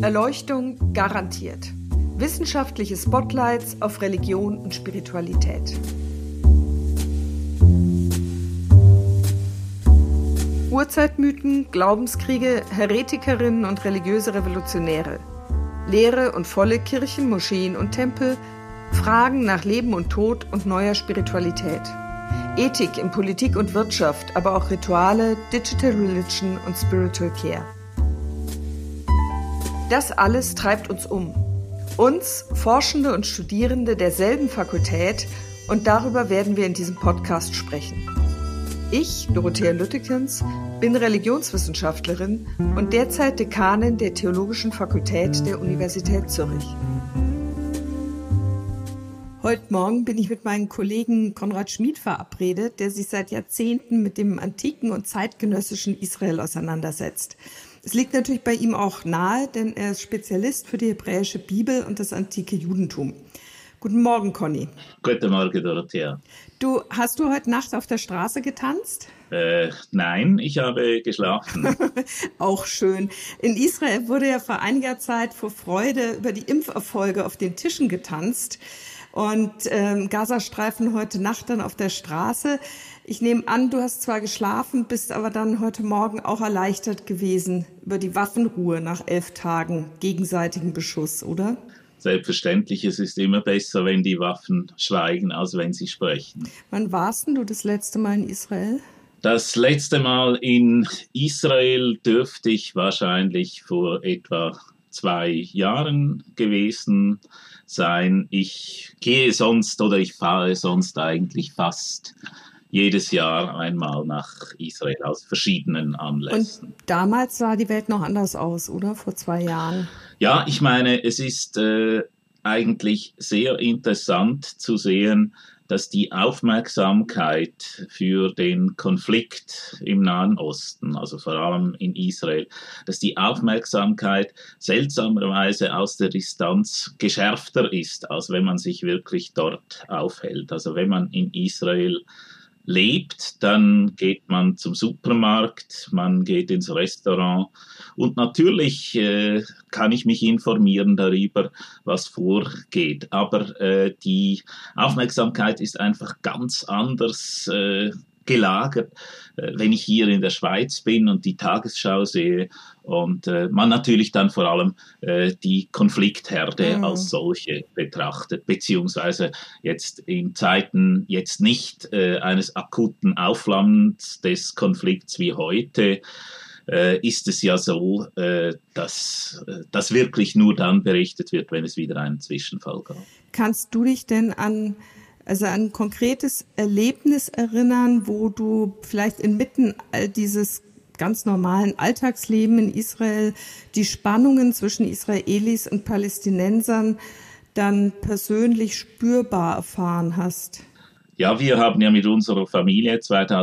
Erleuchtung garantiert. Wissenschaftliche Spotlights auf Religion und Spiritualität. Urzeitmythen, Glaubenskriege, Heretikerinnen und religiöse Revolutionäre. Leere und volle Kirchen, Moscheen und Tempel. Fragen nach Leben und Tod und neuer Spiritualität. Ethik in Politik und Wirtschaft, aber auch Rituale, Digital Religion und Spiritual Care. Das alles treibt uns um. Uns, Forschende und Studierende derselben Fakultät, und darüber werden wir in diesem Podcast sprechen. Ich, Dorothea Lüttekens, bin Religionswissenschaftlerin und derzeit Dekanin der Theologischen Fakultät der Universität Zürich. Heute Morgen bin ich mit meinem Kollegen Konrad Schmid verabredet, der sich seit Jahrzehnten mit dem antiken und zeitgenössischen Israel auseinandersetzt. Es liegt natürlich bei ihm auch nahe, denn er ist Spezialist für die hebräische Bibel und das antike Judentum. Guten Morgen, Conny. Guten Morgen, Dorothea. Hast du heute Nacht auf der Straße getanzt? Nein, ich habe geschlafen. Auch schön. In Israel wurde ja vor einiger Zeit vor Freude über die Impferfolge auf den Tischen getanzt. Und Gazastreifen heute Nacht dann auf der Straße. Ich nehme an, du hast zwar geschlafen, bist aber dann heute Morgen auch erleichtert gewesen über die Waffenruhe nach 11 Tagen gegenseitigen Beschuss, oder? Selbstverständlich, es ist immer besser, wenn die Waffen schweigen, als wenn sie sprechen. Wann warst denn du das letzte Mal in Israel? Das letzte Mal in Israel dürfte ich wahrscheinlich vor etwa 2 Jahren gewesen sein. Ich fahre sonst eigentlich fast jedes Jahr einmal nach Israel aus verschiedenen Anlässen. Und damals sah die Welt noch anders aus, oder? Vor 2 Jahren. Ja, ich meine, es ist eigentlich sehr interessant zu sehen, dass die Aufmerksamkeit für den Konflikt im Nahen Osten, also vor allem in Israel, dass die Aufmerksamkeit seltsamerweise aus der Distanz geschärfter ist, als wenn man sich wirklich dort aufhält. Also wenn man in Israel lebt, dann geht man zum Supermarkt, man geht ins Restaurant und natürlich kann ich mich informieren darüber, was vorgeht. Aber die Aufmerksamkeit ist einfach ganz anders gelagert, wenn ich hier in der Schweiz bin und die Tagesschau sehe und man natürlich dann vor allem die Konfliktherde als solche betrachtet, beziehungsweise jetzt in Zeiten jetzt nicht eines akuten Aufflammens des Konflikts wie heute, ist es ja so, dass das wirklich nur dann berichtet wird, wenn es wieder einen Zwischenfall gab. Kannst du dich denn an ein konkretes Erlebnis erinnern, wo du vielleicht inmitten all dieses ganz normalen Alltagsleben in Israel die Spannungen zwischen Israelis und Palästinensern dann persönlich spürbar erfahren hast? Ja, wir haben ja mit unserer Familie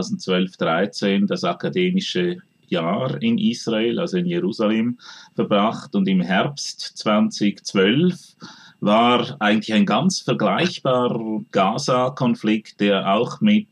2012/13 das akademische Jahr in Israel, also in Jerusalem, verbracht und im Herbst 2012 war eigentlich ein ganz vergleichbarer Gaza-Konflikt, der auch mit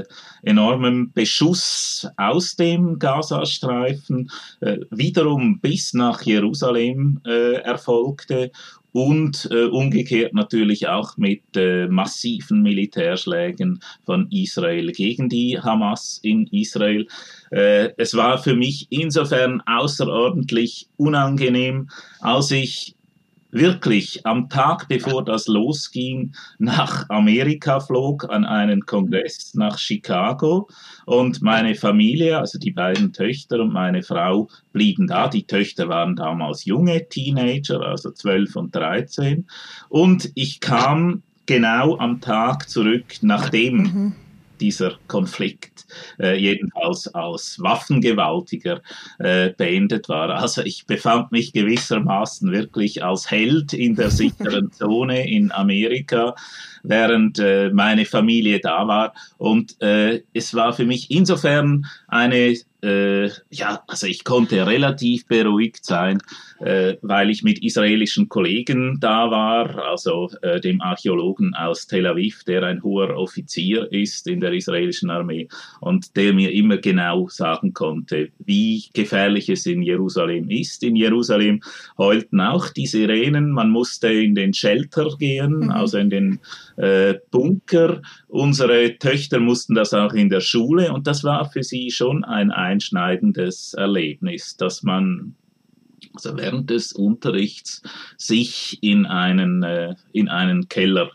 enormem Beschuss aus dem Gazastreifen wiederum bis nach Jerusalem erfolgte und umgekehrt natürlich auch mit massiven Militärschlägen von Israel gegen die Hamas in Israel. Es war für mich insofern außerordentlich unangenehm, als ich wirklich am Tag, bevor das losging, nach Amerika flog, an einen Kongress nach Chicago und meine Familie, also die beiden Töchter und meine Frau, blieben da. Die Töchter waren damals junge Teenager, also 12 und 13 und ich kam genau am Tag zurück, nachdem dieser Konflikt jedenfalls als waffengewaltiger beendet war. Also ich befand mich gewissermaßen wirklich als Held in der sicheren Zone in Amerika, während meine Familie da war. Und es war für mich insofern eine also ich konnte relativ beruhigt sein, weil ich mit israelischen Kollegen da war, also dem Archäologen aus Tel Aviv, der ein hoher Offizier ist in der israelischen Armee und der mir immer genau sagen konnte, wie gefährlich es in Jerusalem ist. In Jerusalem heulten auch die Sirenen, man musste in den Shelter gehen, also in den Bunker. Unsere Töchter mussten das auch in der Schule und das war für sie schon ein einschneidendes Erlebnis, dass man also während des Unterrichts sich in einen Keller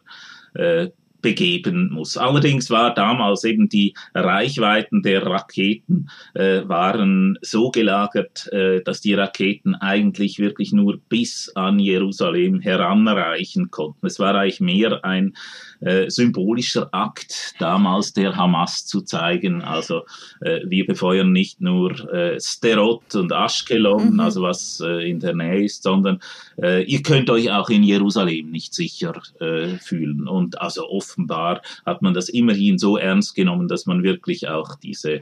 begeben muss. Allerdings war damals eben die Reichweiten der Raketen waren so gelagert, dass die Raketen eigentlich wirklich nur bis an Jerusalem heranreichen konnten. Es war eigentlich mehr ein symbolischer Akt damals der Hamas zu zeigen. Also wir befeuern nicht nur Sderot und Ashkelon, also was in der Nähe ist, sondern ihr könnt euch auch in Jerusalem nicht sicher fühlen. Und also offenbar hat man das immerhin so ernst genommen, dass man wirklich auch diese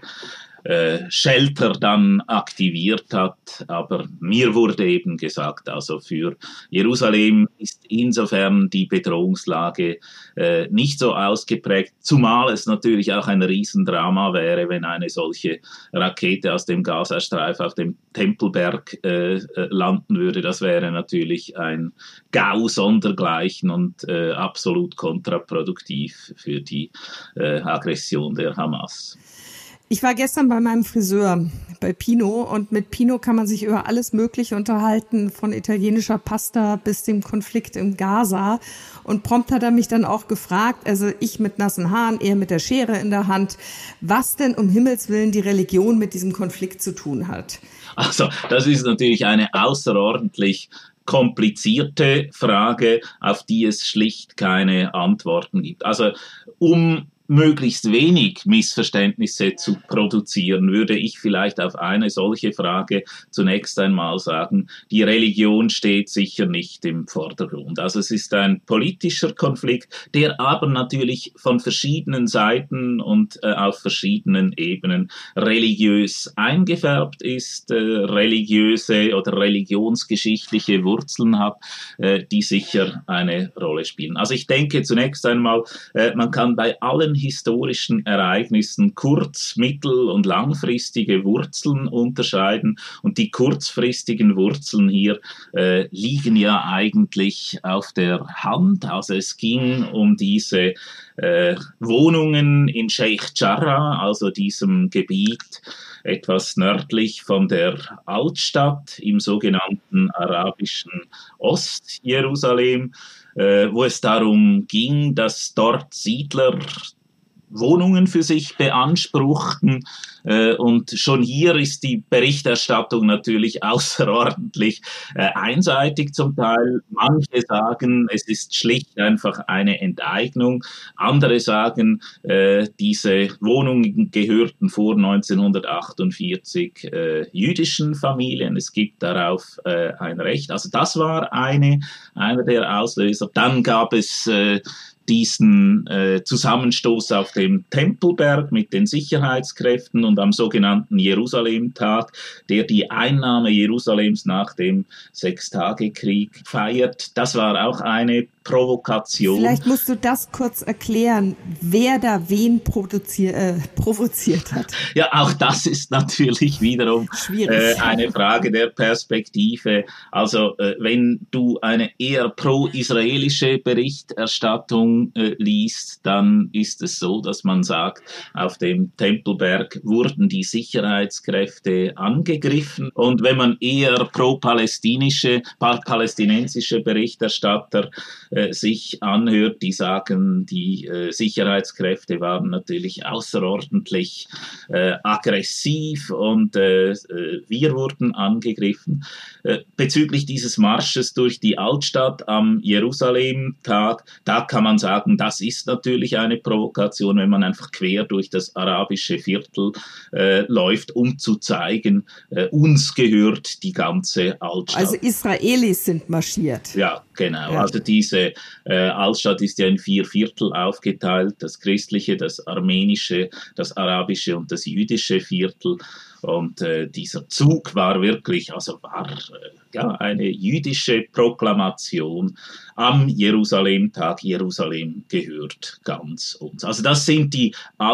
Shelter dann aktiviert hat, aber mir wurde eben gesagt, also für Jerusalem ist insofern die Bedrohungslage nicht so ausgeprägt, zumal es natürlich auch ein Riesendrama wäre, wenn eine solche Rakete aus dem Gazastreifen auf dem Tempelberg landen würde. Das wäre natürlich ein GAU sondergleichen und absolut kontraproduktiv für die Aggression der Hamas. Ich war gestern bei meinem Friseur, bei Pino, und mit Pino kann man sich über alles Mögliche unterhalten, von italienischer Pasta bis dem Konflikt im Gaza. Und prompt hat er mich dann auch gefragt, also ich mit nassen Haaren, er mit der Schere in der Hand, was denn um Himmels Willen die Religion mit diesem Konflikt zu tun hat. Also das ist natürlich eine außerordentlich komplizierte Frage, auf die es schlicht keine Antworten gibt. Also um möglichst wenig Missverständnisse zu produzieren, würde ich vielleicht auf eine solche Frage zunächst einmal sagen, die Religion steht sicher nicht im Vordergrund. Also es ist ein politischer Konflikt, der aber natürlich von verschiedenen Seiten und auf verschiedenen Ebenen religiös eingefärbt ist, religiöse oder religionsgeschichtliche Wurzeln hat, die sicher eine Rolle spielen. Also ich denke zunächst einmal, man kann bei allen historischen Ereignissen kurz-, mittel- und langfristige Wurzeln unterscheiden. Und die kurzfristigen Wurzeln hier liegen ja eigentlich auf der Hand. Also es ging um diese Wohnungen in Sheikh Jarrah, also diesem Gebiet etwas nördlich von der Altstadt im sogenannten arabischen Ostjerusalem, wo es darum ging, dass dort Siedler Wohnungen für sich beanspruchten. Und schon hier ist die Berichterstattung natürlich außerordentlich einseitig zum Teil. Manche sagen, es ist schlicht einfach eine Enteignung. Andere sagen, diese Wohnungen gehörten vor 1948 jüdischen Familien. Es gibt darauf ein Recht. Also das war einer der Auslöser. Dann gab es diesen Zusammenstoß auf dem Tempelberg mit den Sicherheitskräften und am sogenannten Jerusalem-Tag, der die Einnahme Jerusalems nach dem Sechstagekrieg feiert. Das war auch eine Provokation. Vielleicht musst du das kurz erklären, wer da wen provoziert hat. Ja, auch das ist natürlich wiederum eine Frage der Perspektive. Also wenn du eine eher pro-israelische Berichterstattung liest, dann ist es so, dass man sagt, auf dem Tempelberg wurden die Sicherheitskräfte angegriffen. Und wenn man eher pro-palästinensische Berichterstatter sich anhört, die sagen, die Sicherheitskräfte waren natürlich außerordentlich aggressiv und wir wurden angegriffen. Bezüglich dieses Marsches durch die Altstadt am Jerusalem-Tag, da kann man sagen, das ist natürlich eine Provokation, wenn man einfach quer durch das arabische Viertel läuft, um zu zeigen, uns gehört die ganze Altstadt. Also Israelis sind marschiert. Ja, genau. Ja. Also diese israelische Altstadt ist ja in 4 Viertel aufgeteilt, das christliche, das armenische, das arabische und das jüdische Viertel. Und dieser Zug war wirklich, eine jüdische Proklamation am Jerusalem-Tag. Jerusalem gehört ganz uns. Also das sind die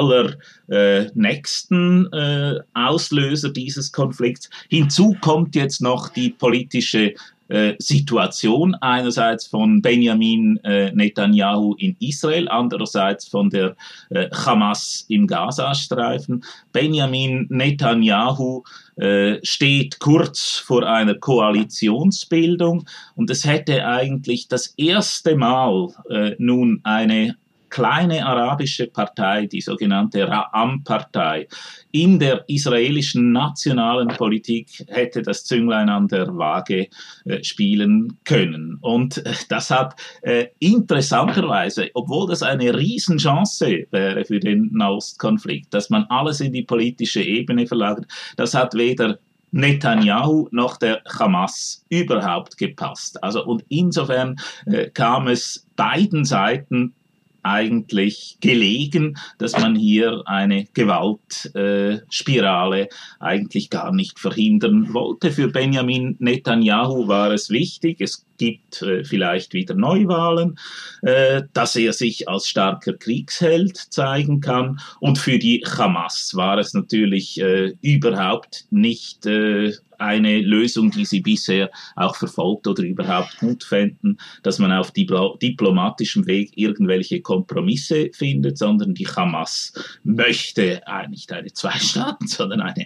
nächsten Auslöser dieses Konflikts. Hinzu kommt jetzt noch die politische Situation, einerseits von Benjamin Netanyahu in Israel, andererseits von der Hamas im Gazastreifen. Benjamin Netanyahu steht kurz vor einer Koalitionsbildung und es hätte eigentlich das erste Mal nun eine kleine arabische Partei, die sogenannte Ra'am-Partei, in der israelischen nationalen Politik hätte das Zünglein an der Waage spielen können. Und das hat interessanterweise, obwohl das eine Riesenchance wäre für den Nahostkonflikt, dass man alles in die politische Ebene verlagert, das hat weder Netanyahu noch der Hamas überhaupt gepasst. Also, und insofern kam es beiden Seiten eigentlich gelegen, dass man hier eine Gewaltspirale eigentlich gar nicht verhindern wollte. Für Benjamin Netanyahu war es wichtig, es gibt vielleicht wieder Neuwahlen, dass er sich als starker Kriegsheld zeigen kann. Und für die Hamas war es natürlich überhaupt nicht eine Lösung, die sie bisher auch verfolgt oder überhaupt gut fänden, dass man auf diplomatischem Weg irgendwelche Kompromisse findet, sondern die Hamas möchte nicht eine Zwei-Staaten, sondern eine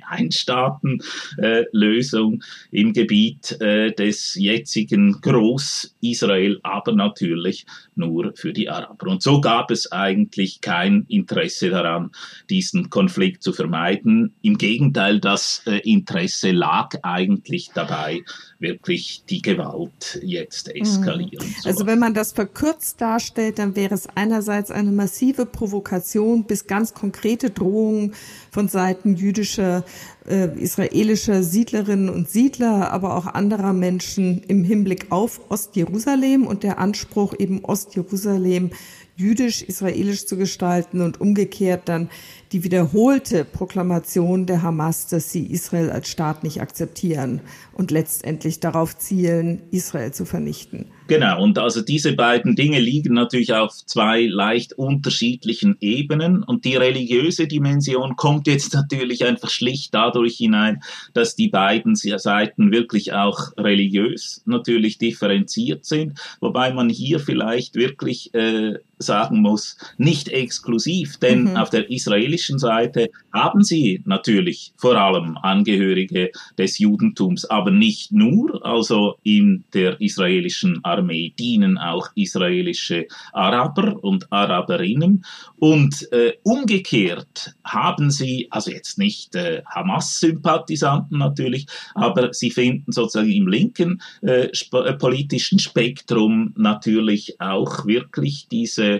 Ein-Staaten-Lösung im Gebiet des jetzigen Groß-Israel, aber natürlich nur für die Araber. Und so gab es eigentlich kein Interesse daran, diesen Konflikt zu vermeiden. Im Gegenteil, das Interesse lag eigentlich dabei, wirklich die Gewalt jetzt eskalieren zu lassen. Also wenn man das verkürzt darstellt, dann wäre es einerseits eine massive Provokation bis ganz konkrete Drohungen von Seiten jüdischer, israelischer Siedlerinnen und Siedler, aber auch anderer Menschen im Hinblick auf Ostjerusalem und der Anspruch, eben Ostjerusalem jüdisch-israelisch zu gestalten und umgekehrt dann die wiederholte Proklamation der Hamas, dass sie Israel als Staat nicht akzeptieren und letztendlich darauf zielen, Israel zu vernichten. Genau, und also diese beiden Dinge liegen natürlich auf zwei leicht unterschiedlichen Ebenen und die religiöse Dimension kommt jetzt natürlich einfach schlicht dadurch hinein, dass die beiden Seiten wirklich auch religiös natürlich differenziert sind, wobei man hier vielleicht wirklich sagen muss, nicht exklusiv, denn auf der israelischen Seite haben sie natürlich vor allem Angehörige des Judentums, aber nicht nur, also in der israelischen Armee dienen auch israelische Araber und Araberinnen und umgekehrt haben sie, also jetzt nicht Hamas-Sympathisanten natürlich, aber sie finden sozusagen im linken politischen Spektrum natürlich auch wirklich diese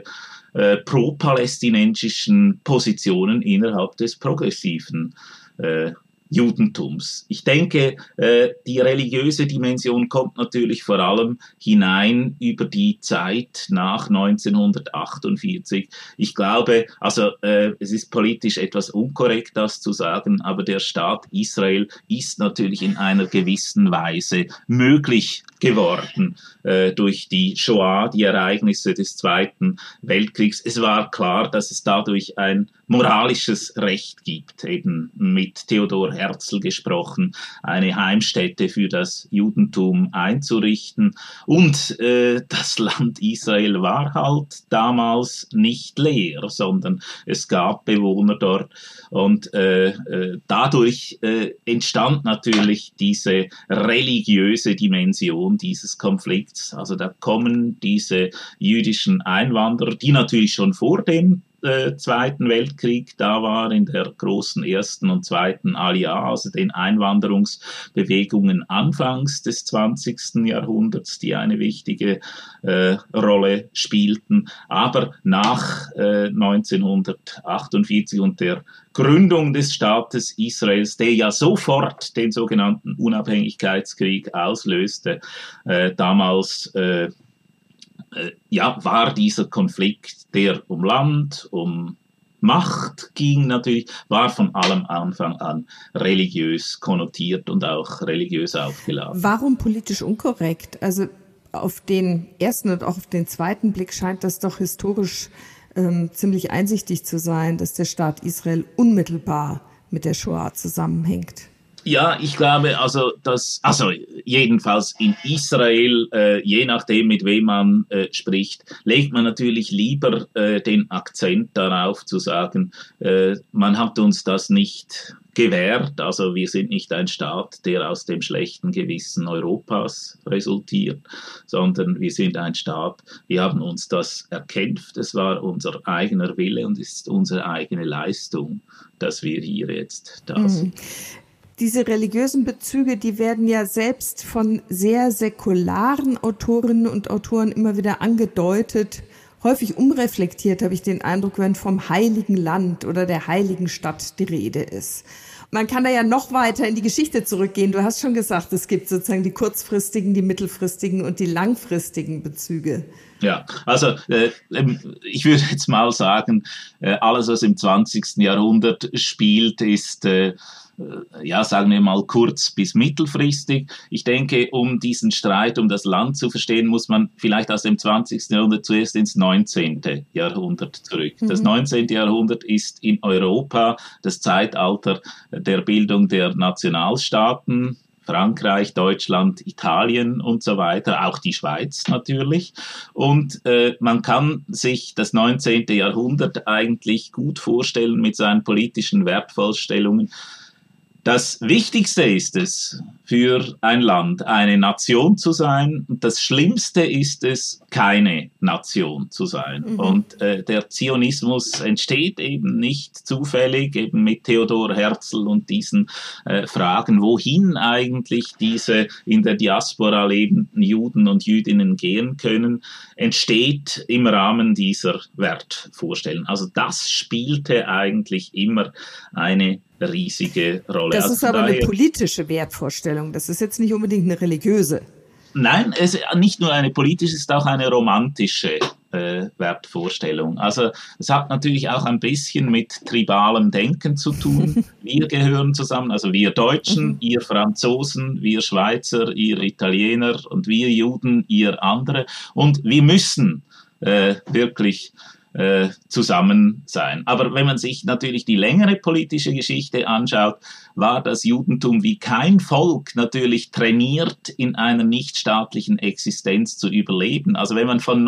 pro-palästinensischen Positionen innerhalb des progressiven Judentums. Ich denke, die religiöse Dimension kommt natürlich vor allem hinein über die Zeit nach 1948. Ich glaube, also es ist politisch etwas unkorrekt, das zu sagen, aber der Staat Israel ist natürlich in einer gewissen Weise möglich geworden durch die Shoah, die Ereignisse des Zweiten Weltkriegs. Es war klar, dass es dadurch ein moralisches Recht gibt, eben mit Theodor Herzl gesprochen, eine Heimstätte für das Judentum einzurichten. Und das Land Israel war halt damals nicht leer, sondern es gab Bewohner dort. Und dadurch entstand natürlich diese religiöse Dimension dieses Konflikts. Also da kommen diese jüdischen Einwanderer, die natürlich schon vor dem Zweiten Weltkrieg da war, in der großen ersten und zweiten Aliyah, also den Einwanderungsbewegungen anfangs des 20. Jahrhunderts, die eine wichtige Rolle spielten. Aber nach 1948 und der Gründung des Staates Israels, der ja sofort den sogenannten Unabhängigkeitskrieg auslöste, damals war dieser Konflikt, der um Land, um Macht ging natürlich, war von allem Anfang an religiös konnotiert und auch religiös aufgeladen. Warum politisch unkorrekt? Also auf den ersten und auch auf den zweiten Blick scheint das doch historisch ziemlich einsichtig zu sein, dass der Staat Israel unmittelbar mit der Shoah zusammenhängt. Ja, ich glaube, also jedenfalls in Israel, je nachdem, mit wem man spricht, legt man natürlich lieber den Akzent darauf zu sagen, man hat uns das nicht gewährt, also wir sind nicht ein Staat, der aus dem schlechten Gewissen Europas resultiert, sondern wir sind ein Staat, wir haben uns das erkämpft, es war unser eigener Wille und es ist unsere eigene Leistung, dass wir hier jetzt da sind. Diese religiösen Bezüge, die werden ja selbst von sehr säkularen Autorinnen und Autoren immer wieder angedeutet. Häufig unreflektiert habe ich den Eindruck, wenn vom heiligen Land oder der heiligen Stadt die Rede ist. Man kann da ja noch weiter in die Geschichte zurückgehen. Du hast schon gesagt, es gibt sozusagen die kurzfristigen, die mittelfristigen und die langfristigen Bezüge. Ja, also ich würde jetzt mal sagen, alles, was im 20. Jahrhundert spielt, ist sagen wir mal kurz bis mittelfristig. Ich denke, um diesen Streit um das Land zu verstehen, muss man vielleicht aus dem 20. Jahrhundert zuerst ins 19. Jahrhundert zurück. Das 19. Jahrhundert ist in Europa das Zeitalter der Bildung der Nationalstaaten, Frankreich, Deutschland, Italien und so weiter, auch die Schweiz natürlich. Und man kann sich das 19. Jahrhundert eigentlich gut vorstellen mit seinen politischen Wertvorstellungen. Das Wichtigste ist es, für ein Land eine Nation zu sein. Und das Schlimmste ist es, keine Nation zu sein. Und der Zionismus entsteht eben nicht zufällig, eben mit Theodor Herzl und diesen Fragen, wohin eigentlich diese in der Diaspora lebenden Juden und Jüdinnen gehen können, entsteht im Rahmen dieser Wertvorstellung. Also das spielte eigentlich immer eine riesige Rolle. Das ist aber eine politische Wertvorstellung. Das ist jetzt nicht unbedingt eine religiöse. Nein, es ist nicht nur eine politische, es ist auch eine romantische Wertvorstellung. Also es hat natürlich auch ein bisschen mit tribalem Denken zu tun. Wir gehören zusammen, also wir Deutschen, ihr Franzosen, wir Schweizer, ihr Italiener und wir Juden, ihr andere. Und wir müssen wirklich zusammen sein. Aber wenn man sich natürlich die längere politische Geschichte anschaut, war das Judentum wie kein Volk natürlich trainiert, in einer nichtstaatlichen Existenz zu überleben. Also wenn man von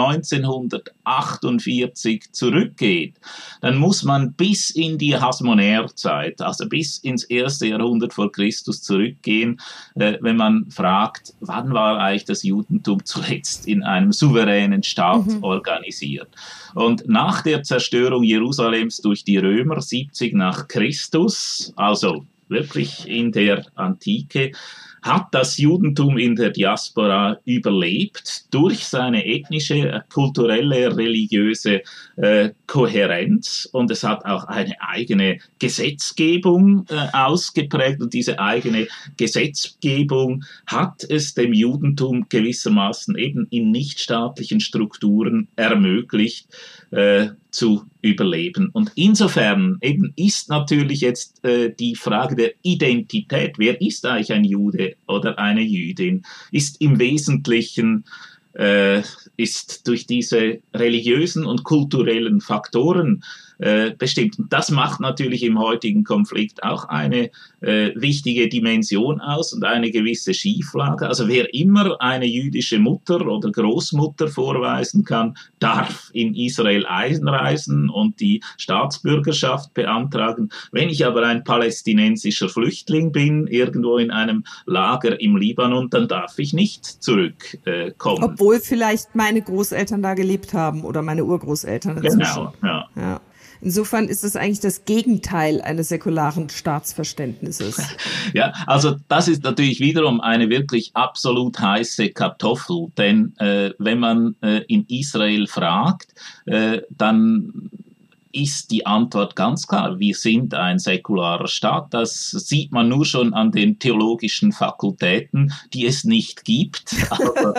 1948 zurückgeht, dann muss man bis in die Hasmonäerzeit, also bis ins 1. Jahrhundert vor Christus zurückgehen, wenn man fragt, wann war eigentlich das Judentum zuletzt in einem souveränen Staat organisiert. Und nach der Zerstörung Jerusalems durch die Römer 70 nach Christus, also wirklich in der Antike, hat das Judentum in der Diaspora überlebt durch seine ethnische, kulturelle, religiöse Kohärenz, und es hat auch eine eigene Gesetzgebung ausgeprägt, und diese eigene Gesetzgebung hat es dem Judentum gewissermaßen eben in nichtstaatlichen Strukturen ermöglicht, zu überleben. Und insofern eben ist natürlich jetzt die Frage der Identität, wer ist eigentlich ein Jude oder eine Jüdin, ist im Wesentlichen ist durch diese religiösen und kulturellen Faktoren bestimmt. Und das macht natürlich im heutigen Konflikt auch eine wichtige Dimension aus und eine gewisse Schieflage. Also wer immer eine jüdische Mutter oder Großmutter vorweisen kann, darf in Israel einreisen und die Staatsbürgerschaft beantragen. Wenn ich aber ein palästinensischer Flüchtling bin, irgendwo in einem Lager im Libanon, dann darf ich nicht zurückkommen. Obwohl vielleicht meine Großeltern da gelebt haben oder meine Urgroßeltern inzwischen. Genau, ja. Insofern ist es eigentlich das Gegenteil eines säkularen Staatsverständnisses. Ja, also das ist natürlich wiederum eine wirklich absolut heiße Kartoffel, denn wenn man in Israel fragt, dann ist die Antwort ganz klar. Wir sind ein säkularer Staat. Das sieht man nur schon an den theologischen Fakultäten, die es nicht gibt. Aber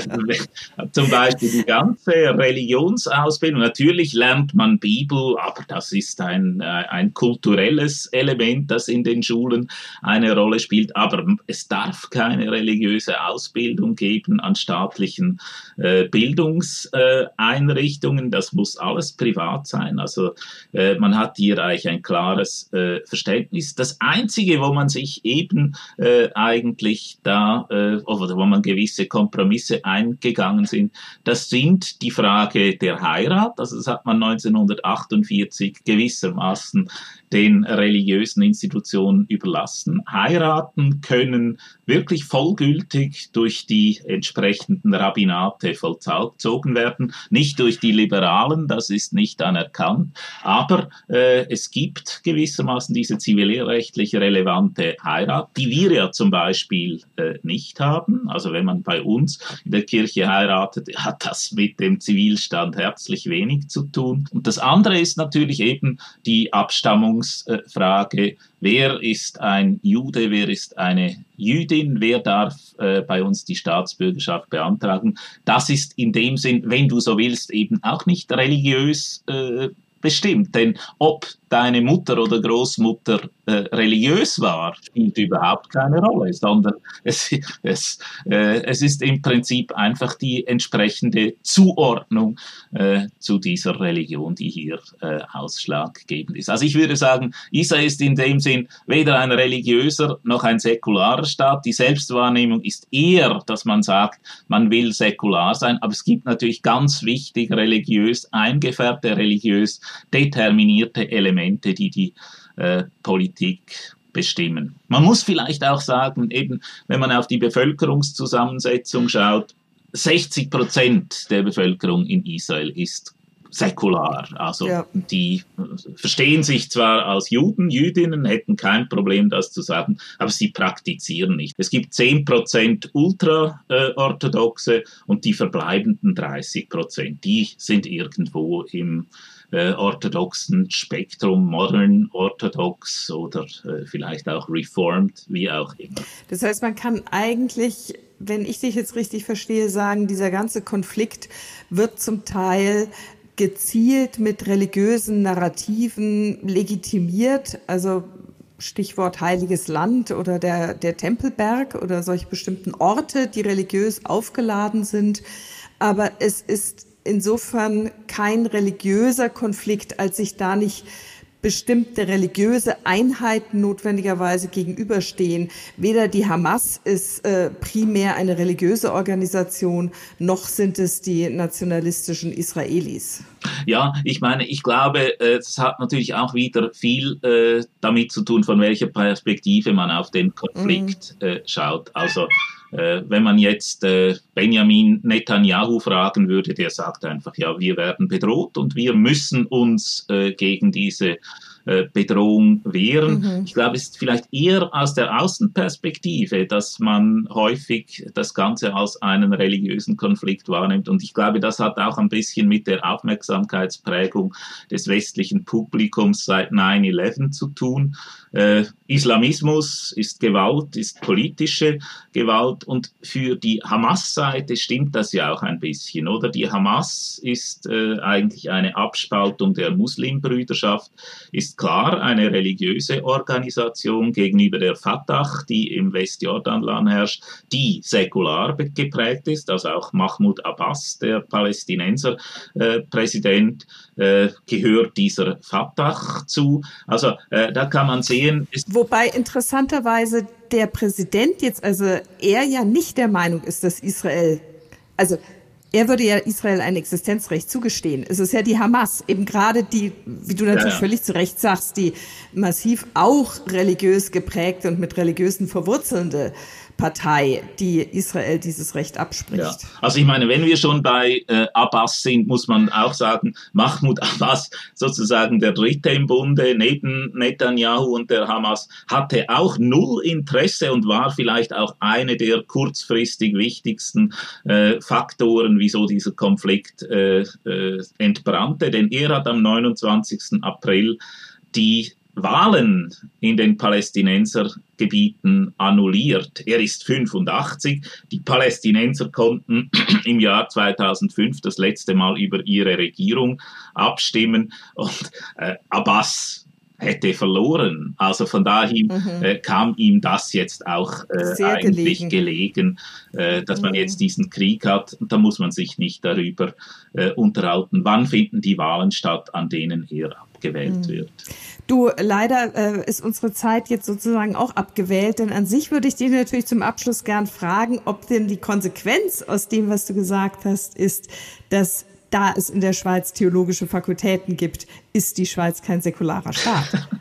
zum Beispiel die ganze Religionsausbildung. Natürlich lernt man Bibel, aber das ist ein kulturelles Element, das in den Schulen eine Rolle spielt. Aber es darf keine religiöse Ausbildung geben an staatlichen Bildungseinrichtungen. Das muss alles privat sein. Also man hat hier eigentlich ein klares Verständnis. Das Einzige, wo man sich eben eigentlich oder wo man gewisse Kompromisse eingegangen sind, das sind die Frage der Heirat. Also das hat man 1948 gewissermaßen den religiösen Institutionen überlassen. Heiraten können wirklich vollgültig durch die entsprechenden Rabbinate vollzogen werden, nicht durch die Liberalen, das ist nicht anerkannt, aber es gibt gewissermaßen diese zivilrechtlich relevante Heirat, die wir ja zum Beispiel nicht haben. Also wenn man bei uns in der Kirche heiratet, hat das mit dem Zivilstand herzlich wenig zu tun. Und das andere ist natürlich eben die Abstammungsfrage. Wer ist ein Jude, wer ist eine Jüdin, wer darf bei uns die Staatsbürgerschaft beantragen? Das ist in dem Sinn, wenn du so willst, eben auch nicht religiös bestimmt. Denn ob deine Mutter oder Großmutter religiös war, spielt überhaupt keine Rolle, sondern es ist im Prinzip einfach die entsprechende Zuordnung zu dieser Religion, die hier ausschlaggebend ist. Also ich würde sagen, Israel ist in dem Sinn weder ein religiöser noch ein säkularer Staat. Die Selbstwahrnehmung ist eher, dass man sagt, man will säkular sein, aber es gibt natürlich ganz wichtig religiös eingefärbte, religiös determinierte Elemente, die Politik bestimmen. Man muss vielleicht auch sagen, eben, wenn man auf die Bevölkerungszusammensetzung schaut, 60% der Bevölkerung in Israel ist säkular. Also die verstehen sich zwar als Juden, Jüdinnen, hätten kein Problem, das zu sagen, aber sie praktizieren nicht. Es gibt 10% Ultraorthodoxe und die verbleibenden 30%, die sind irgendwo im orthodoxen Spektrum, modern orthodox oder vielleicht auch reformed, wie auch immer. Das heißt, man kann eigentlich, wenn ich dich jetzt richtig verstehe, sagen, dieser ganze Konflikt wird zum Teil gezielt mit religiösen Narrativen legitimiert, also Stichwort Heiliges Land oder der Tempelberg oder solche bestimmten Orte, die religiös aufgeladen sind. Aber es ist insofern kein religiöser Konflikt, als sich da nicht bestimmte religiöse Einheiten notwendigerweise gegenüberstehen. Weder die Hamas ist primär eine religiöse Organisation, noch sind es die nationalistischen Israelis. Ja, ich glaube, es hat natürlich auch wieder viel damit zu tun, von welcher Perspektive man auf den Konflikt schaut. Also wenn man jetzt Benjamin Netanyahu fragen würde, der sagt einfach, ja, wir werden bedroht und wir müssen uns gegen diese Bedrohung wehren. Ich glaube, es ist vielleicht eher aus der Außenperspektive, dass man häufig das Ganze als einen religiösen Konflikt wahrnimmt. Und ich glaube, das hat auch ein bisschen mit der Aufmerksamkeitsprägung des westlichen Publikums seit 9/11 zu tun. Islamismus ist Gewalt, ist politische Gewalt und für die Hamas-Seite stimmt das ja auch ein bisschen, oder? Die Hamas ist eigentlich eine Abspaltung der Muslimbrüderschaft, ist klar eine religiöse Organisation gegenüber der Fatah, die im Westjordanland herrscht, die säkular geprägt ist, also auch Mahmoud Abbas, der Palästinenser Präsident, gehört dieser Fatah zu. Also da kann man sehen... Wobei interessanterweise der Präsident jetzt, also er ja nicht der Meinung ist, dass Israel, also er würde ja Israel ein Existenzrecht zugestehen. Es ist ja die Hamas, eben gerade die, wie du natürlich völlig zu Recht sagst, die massiv auch religiös geprägte und mit religiösen verwurzelnde Partei, die Israel dieses Recht abspricht. Ja. Also ich meine, wenn wir schon bei Abbas sind, muss man auch sagen, Mahmoud Abbas, sozusagen der Dritte im Bunde, neben Netanyahu und der Hamas, hatte auch null Interesse und war vielleicht auch eine der kurzfristig wichtigsten Faktoren, wieso dieser Konflikt entbrannte. Denn er hat am 29. April die Wahlen in den Palästinensergebieten annulliert. Er ist 85. Die Palästinenser konnten im Jahr 2005 das letzte Mal über ihre Regierung abstimmen und Abbas hätte verloren. Also von daher kam ihm das jetzt auch eigentlich gelegen, dass man jetzt diesen Krieg hat. Und da muss man sich nicht darüber unterhalten, wann finden die Wahlen statt, an denen er abgewählt wird. Du, leider ist unsere Zeit jetzt sozusagen auch abgewählt, denn an sich würde ich dir natürlich zum Abschluss gern fragen, ob denn die Konsequenz aus dem, was du gesagt hast, ist, dass da es in der Schweiz theologische Fakultäten gibt, ist die Schweiz kein säkularer Staat.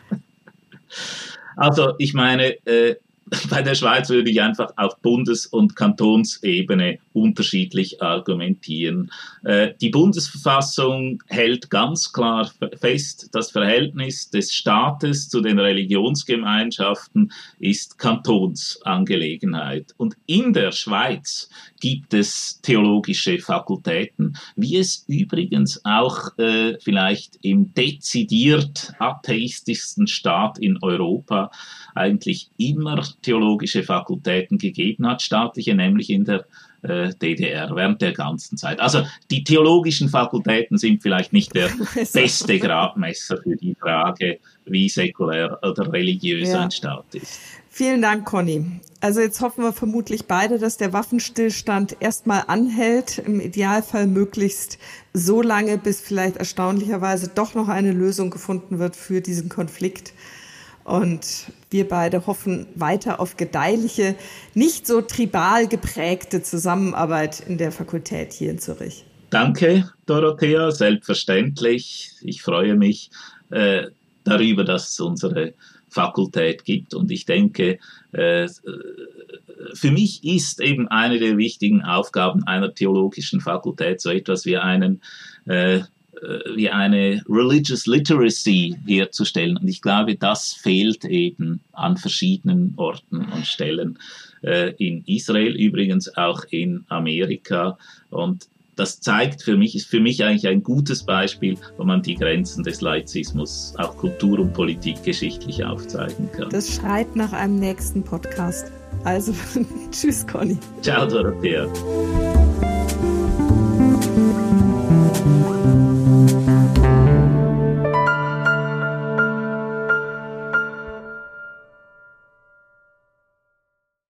Also ich meine, bei der Schweiz würde ich einfach auf Bundes- und Kantonsebene unterschiedlich argumentieren. Die Bundesverfassung hält ganz klar fest, das Verhältnis des Staates zu den Religionsgemeinschaften ist Kantonsangelegenheit. Und in der Schweiz gibt es theologische Fakultäten, wie es übrigens auch vielleicht im dezidiert atheistischsten Staat in Europa eigentlich immer theologische Fakultäten gegeben hat, staatliche, nämlich in der DDR während der ganzen Zeit. Also die theologischen Fakultäten sind vielleicht nicht der beste Gradmesser für die Frage, wie säkulär oder religiös ein Staat ist. Vielen Dank, Conny. Also jetzt hoffen wir vermutlich beide, dass der Waffenstillstand erstmal anhält, im Idealfall möglichst so lange, bis vielleicht erstaunlicherweise doch noch eine Lösung gefunden wird für diesen Konflikt. Und wir beide hoffen weiter auf gedeihliche, nicht so tribal geprägte Zusammenarbeit in der Fakultät hier in Zürich. Danke, Dorothea, selbstverständlich. Ich freue mich darüber, dass es unsere Fakultät gibt. Und ich denke, für mich ist eben eine der wichtigen Aufgaben einer theologischen Fakultät so etwas wie eine Religious Literacy herzustellen. Und ich glaube, das fehlt eben an verschiedenen Orten und Stellen. In Israel, übrigens auch in Amerika. Und das ist für mich eigentlich ein gutes Beispiel, wo man die Grenzen des Laizismus auch kultur- und politikgeschichtlich aufzeigen kann. Das schreit nach einem nächsten Podcast. Also, tschüss, Conny. Ciao, Dorothea.